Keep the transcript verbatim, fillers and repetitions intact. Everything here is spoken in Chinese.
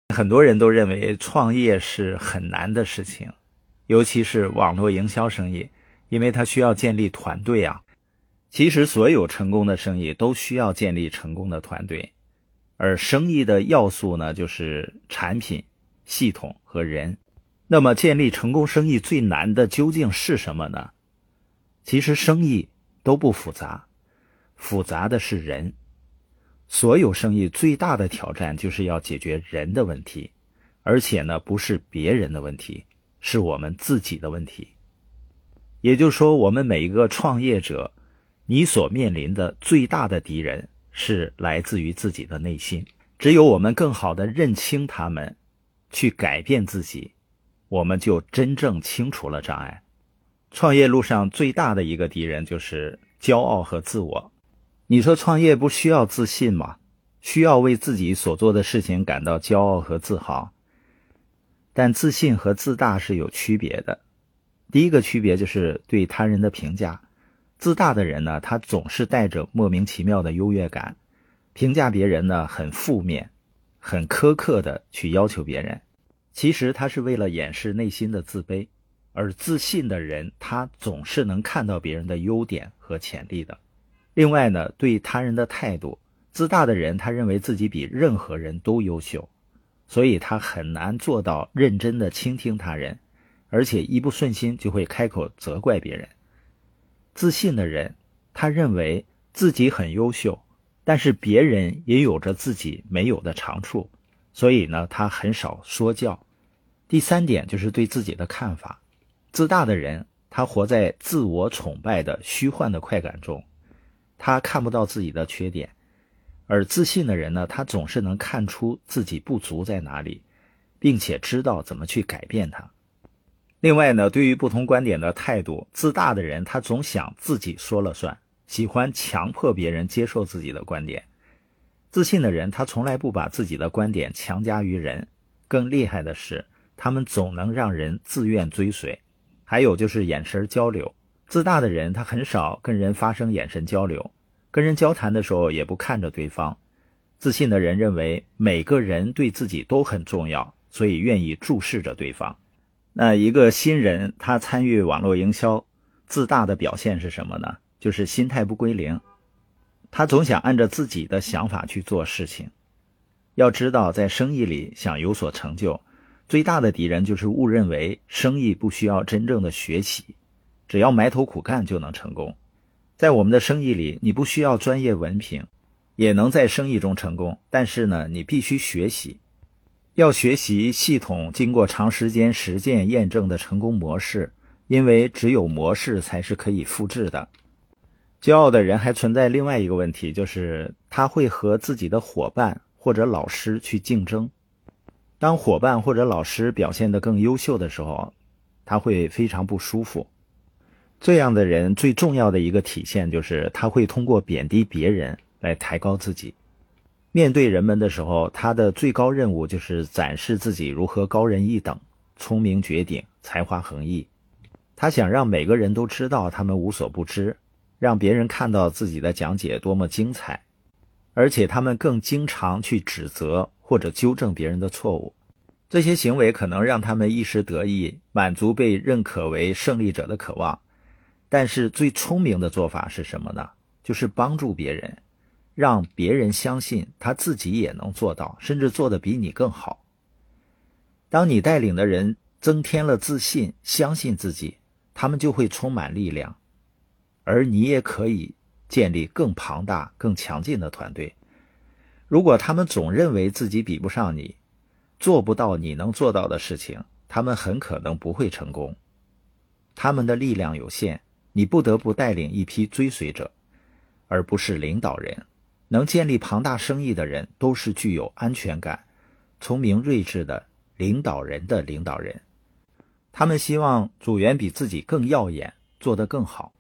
很多人都认为创业是很难的事情，尤其是网络营销生意，因为它需要建立团队啊。其实所有成功的生意都需要建立成功的团队，而生意的要素呢，就是产品、系统和人。那么建立成功生意最难的究竟是什么呢？其实生意都不复杂，复杂的是人。所有生意最大的挑战就是要解决人的问题，而且呢，不是别人的问题，是我们自己的问题。也就是说，我们每一个创业者，你所面临的最大的敌人是来自于自己的内心。只有我们更好地认清他们，去改变自己，我们就真正清除了障碍。创业路上最大的一个敌人就是骄傲和自我。你说创业不需要自信吗？需要为自己所做的事情感到骄傲和自豪。但自信和自大是有区别的。第一个区别就是对他人的评价。自大的人呢，他总是带着莫名其妙的优越感，评价别人呢很负面，很苛刻的去要求别人。其实他是为了掩饰内心的自卑。而自信的人，他总是能看到别人的优点和潜力的。另外呢，对他人的态度，自大的人他认为自己比任何人都优秀，所以他很难做到认真的倾听他人，而且一不顺心就会开口责怪别人。自信的人，他认为自己很优秀，但是别人也有着自己没有的长处，所以呢，他很少说教。第三点就是对自己的看法。自大的人，他活在自我崇拜的虚幻的快感中，他看不到自己的缺点。而自信的人呢，他总是能看出自己不足在哪里，并且知道怎么去改变它。另外呢，对于不同观点的态度，自大的人他总想自己说了算，喜欢强迫别人接受自己的观点。自信的人他从来不把自己的观点强加于人，更厉害的是，他们总能让人自愿追随。还有就是眼神交流。自大的人他很少跟人发生眼神交流，跟人交谈的时候也不看着对方。自信的人认为每个人对自己都很重要，所以愿意注视着对方。那一个新人他参与网络营销，自大的表现是什么呢？就是心态不归零。他总想按照自己的想法去做事情。要知道，在生意里想有所成就，最大的敌人就是误认为生意不需要真正的学习，只要埋头苦干就能成功。在我们的生意里，你不需要专业文凭，也能在生意中成功，但是呢，你必须学习。要学习系统经过长时间实践验证的成功模式，因为只有模式才是可以复制的。骄傲的人还存在另外一个问题，就是他会和自己的伙伴或者老师去竞争。当伙伴或者老师表现得更优秀的时候，他会非常不舒服。这样的人最重要的一个体现就是他会通过贬低别人来抬高自己。面对人们的时候，他的最高任务就是展示自己如何高人一等，聪明绝顶，才华横溢。他想让每个人都知道他们无所不知，让别人看到自己的讲解多么精彩，而且他们更经常去指责或者纠正别人的错误。这些行为可能让他们一时得意，满足被认可为胜利者的渴望。但是最聪明的做法是什么呢？就是帮助别人，让别人相信他自己也能做到，甚至做得比你更好。当你带领的人增添了自信，相信自己，他们就会充满力量，而你也可以建立更庞大、更强劲的团队。如果他们总认为自己比不上你，做不到你能做到的事情，他们很可能不会成功。他们的力量有限，你不得不带领一批追随者，而不是领导人。能建立庞大生意的人都是具有安全感、聪明睿智的领导人的领导人。他们希望组员比自己更耀眼，做得更好。